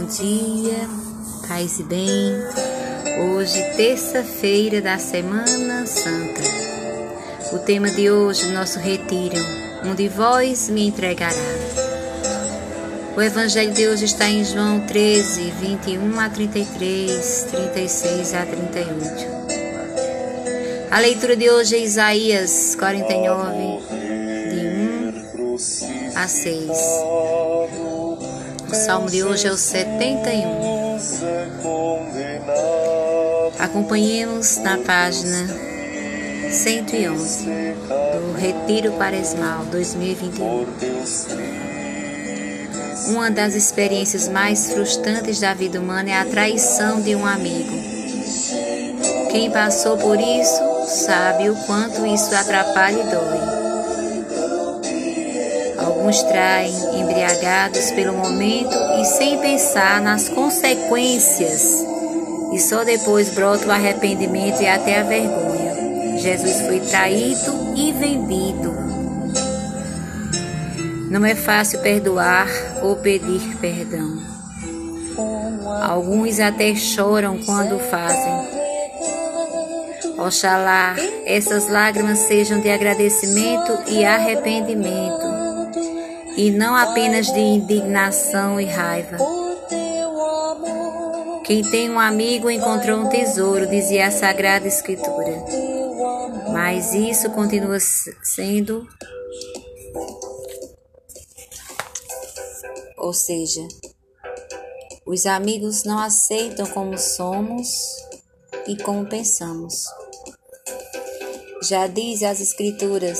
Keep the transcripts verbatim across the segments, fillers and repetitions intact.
Bom dia, paz e bem. Hoje, terça-feira da Semana Santa. O tema de hoje, nosso retiro, um de vós me entregará. O evangelho de hoje está em João treze, vinte e um a trinta e três, trinta e seis a trinta e oito. A leitura de hoje é Isaías quarenta e nove, de um a seis. O salmo de hoje é o setenta e um. Acompanhemos na página cento e onze do Retiro Quaresmal dois mil e vinte e um. Uma das experiências mais frustrantes da vida humana é a traição de um amigo. Quem passou por isso sabe o quanto isso atrapalha e dói. Alguns traem, embriagados pelo momento e sem pensar nas consequências, e só depois brota o arrependimento e até a vergonha. Jesus foi traído e vendido. Não é fácil perdoar ou pedir perdão. Alguns até choram quando fazem. Oxalá essas lágrimas sejam de agradecimento e arrependimento, e não apenas de indignação e raiva. Quem tem um amigo encontrou um tesouro, dizia a Sagrada Escritura. Mas isso continua sendo, ou seja, os amigos não aceitam como somos e como pensamos. Já diz as Escrituras: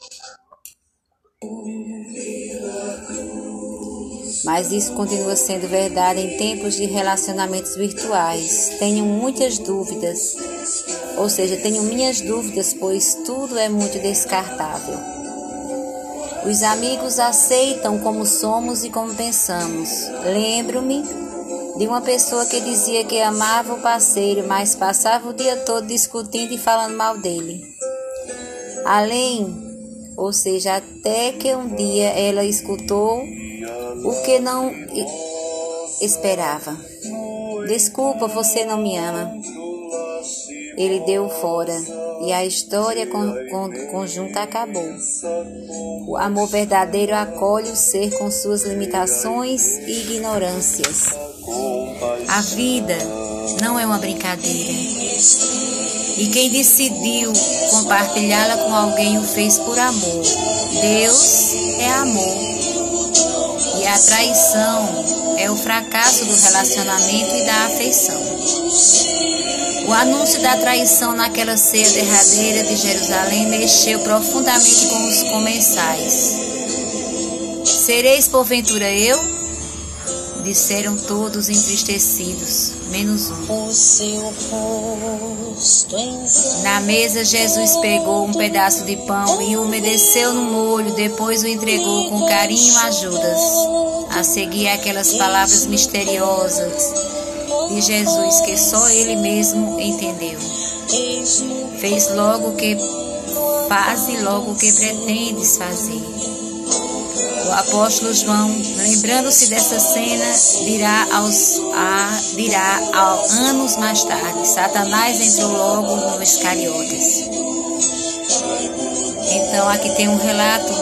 mas isso continua sendo verdade em tempos de relacionamentos virtuais. Tenho muitas dúvidas, ou seja, tenho minhas dúvidas, pois tudo é muito descartável. Os amigos aceitam como somos e como pensamos. Lembro-me de uma pessoa que dizia que amava o parceiro, mas passava o dia todo discutindo e falando mal dele. Além, ou seja, até que um dia ela escutou o que não esperava. Desculpa, você não me ama. Ele deu fora e a história conjunta acabou. O amor verdadeiro acolhe o ser com suas limitações e ignorâncias. A vida não é uma brincadeira. E quem decidiu compartilhá-la com alguém o fez por amor. Deus é amor. E a traição é o fracasso do relacionamento e da afeição. O anúncio da traição naquela ceia derradeira de Jerusalém mexeu profundamente com os comensais. Sereis porventura eu? Disseram todos entristecidos, menos um. Na mesa, Jesus pegou um pedaço de pão e o umedeceu no molho, depois o entregou com carinho a Judas. A seguir, aquelas palavras misteriosas de Jesus que só ele mesmo entendeu. Fez logo o que faze logo o que pretendes fazer. O apóstolo João, lembrando-se dessa cena, dirá, aos, a, dirá a, anos mais tarde: Satanás entrou logo no Iscariotes. Então aqui tem um relato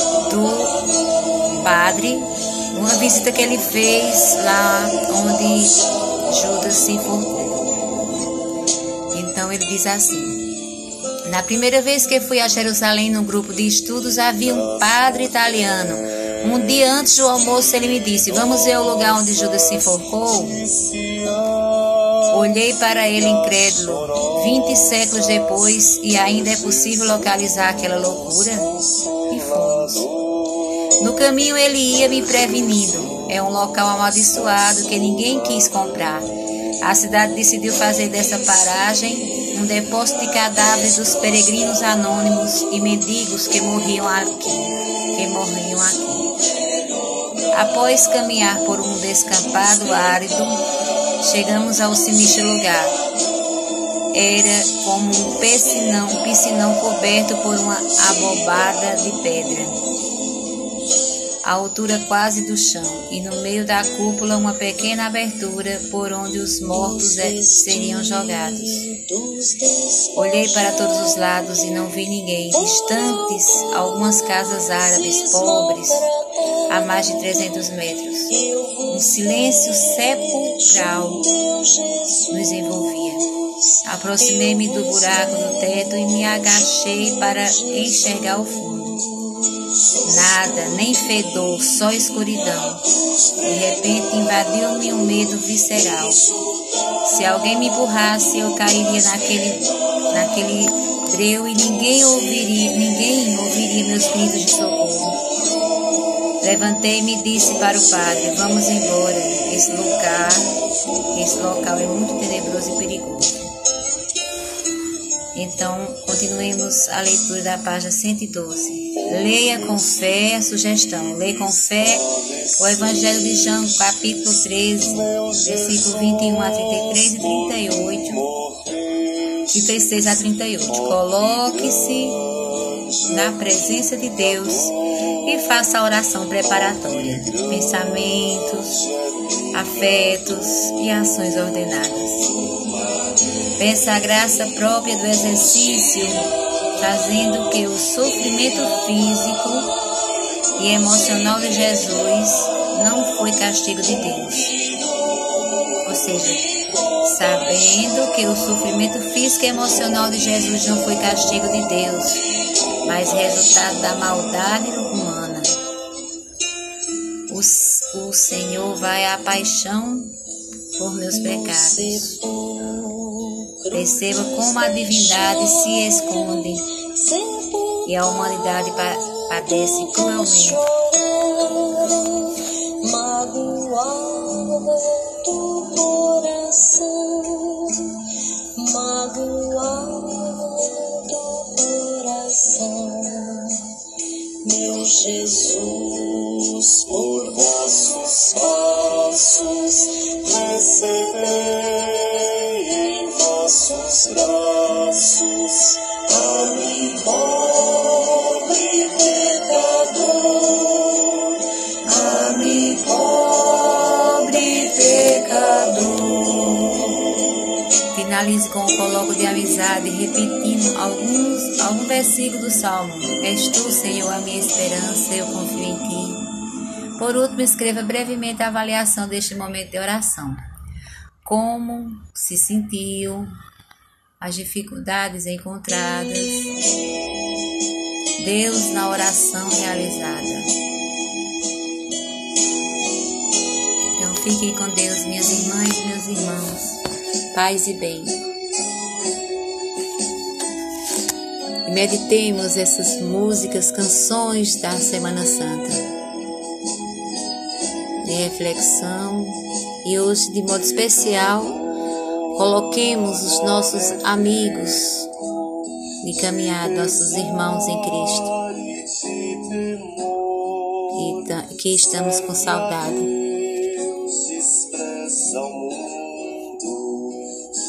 do padre, uma visita que ele fez lá onde Judas se enforcou. Então ele diz assim: na primeira vez que fui a Jerusalém num grupo de estudos, havia um padre italiano. Um dia antes do almoço ele me disse: vamos ver o lugar onde Judas se enforcou? Olhei para ele incrédulo. Vinte séculos depois, e ainda é possível localizar aquela loucura? E fomos. No caminho ele ia me prevenindo. É um local amaldiçoado que ninguém quis comprar. A cidade decidiu fazer dessa paragem um depósito de cadáveres dos peregrinos anônimos e mendigos que morriam aqui. Que morriam aqui. Após caminhar por um descampado árido, chegamos ao sinistro lugar. Era como um piscinão, um piscinão coberto por uma abobada de pedra. à altura quase do chão, e no meio da cúpula uma pequena abertura por onde os mortos seriam jogados. Olhei para todos os lados e não vi ninguém. Distantes, algumas casas árabes pobres, a mais de trezentos metros. Um silêncio sepulcral nos envolvia. Aproximei-me do buraco no teto e me agachei para enxergar o fundo. Nada, nem fedor, só escuridão. De repente invadiu-me um medo visceral. Se alguém me empurrasse, eu cairia naquele, naquele breu e ninguém ouviria, ninguém ouviria meus gritos de socorro. Levantei-me e disse para o padre: vamos embora. Esse local, esse local é muito tenebroso e perigoso. Então, continuemos a leitura da página cento e doze. Leia com fé a sugestão. Leia com fé o Evangelho de João, capítulo treze, versículo vinte e um a trinta e três e trinta e oito, de trinta e seis a trinta e oito. Coloque-se na presença de Deus e faça a oração preparatória. Pensamentos, afetos e ações ordenadas. Peça a graça própria do exercício, fazendo que o sofrimento físico e emocional de Jesus não foi castigo de Deus. Ou seja, sabendo que o sofrimento físico e emocional de Jesus não foi castigo de Deus, mas resultado da maldade humana. O, o Senhor vai à paixão por meus pecados. Perceba como a divindade se esconde e a humanidade padece cruelmente. Magoado coração, magoado coração, meu Jesus, por vossos passos recebei em vossos braços a mim, pobre pecador, a mim, pobre pecador. Finalize com o colóquio de amizade, repetindo alguns, algum versículo do Salmo. És tu, Senhor, a minha esperança, eu confio em ti. Por último, escreva brevemente a avaliação deste momento de oração. Como se sentiu, as dificuldades encontradas, Deus na oração realizada. Então, fiquem com Deus, minhas irmãs e meus irmãos. Paz e bem. E meditemos essas músicas, canções da Semana Santa, de reflexão. E hoje, de modo especial, coloquemos os nossos amigos de caminhada, nossos irmãos em Cristo, e que estamos com saudade.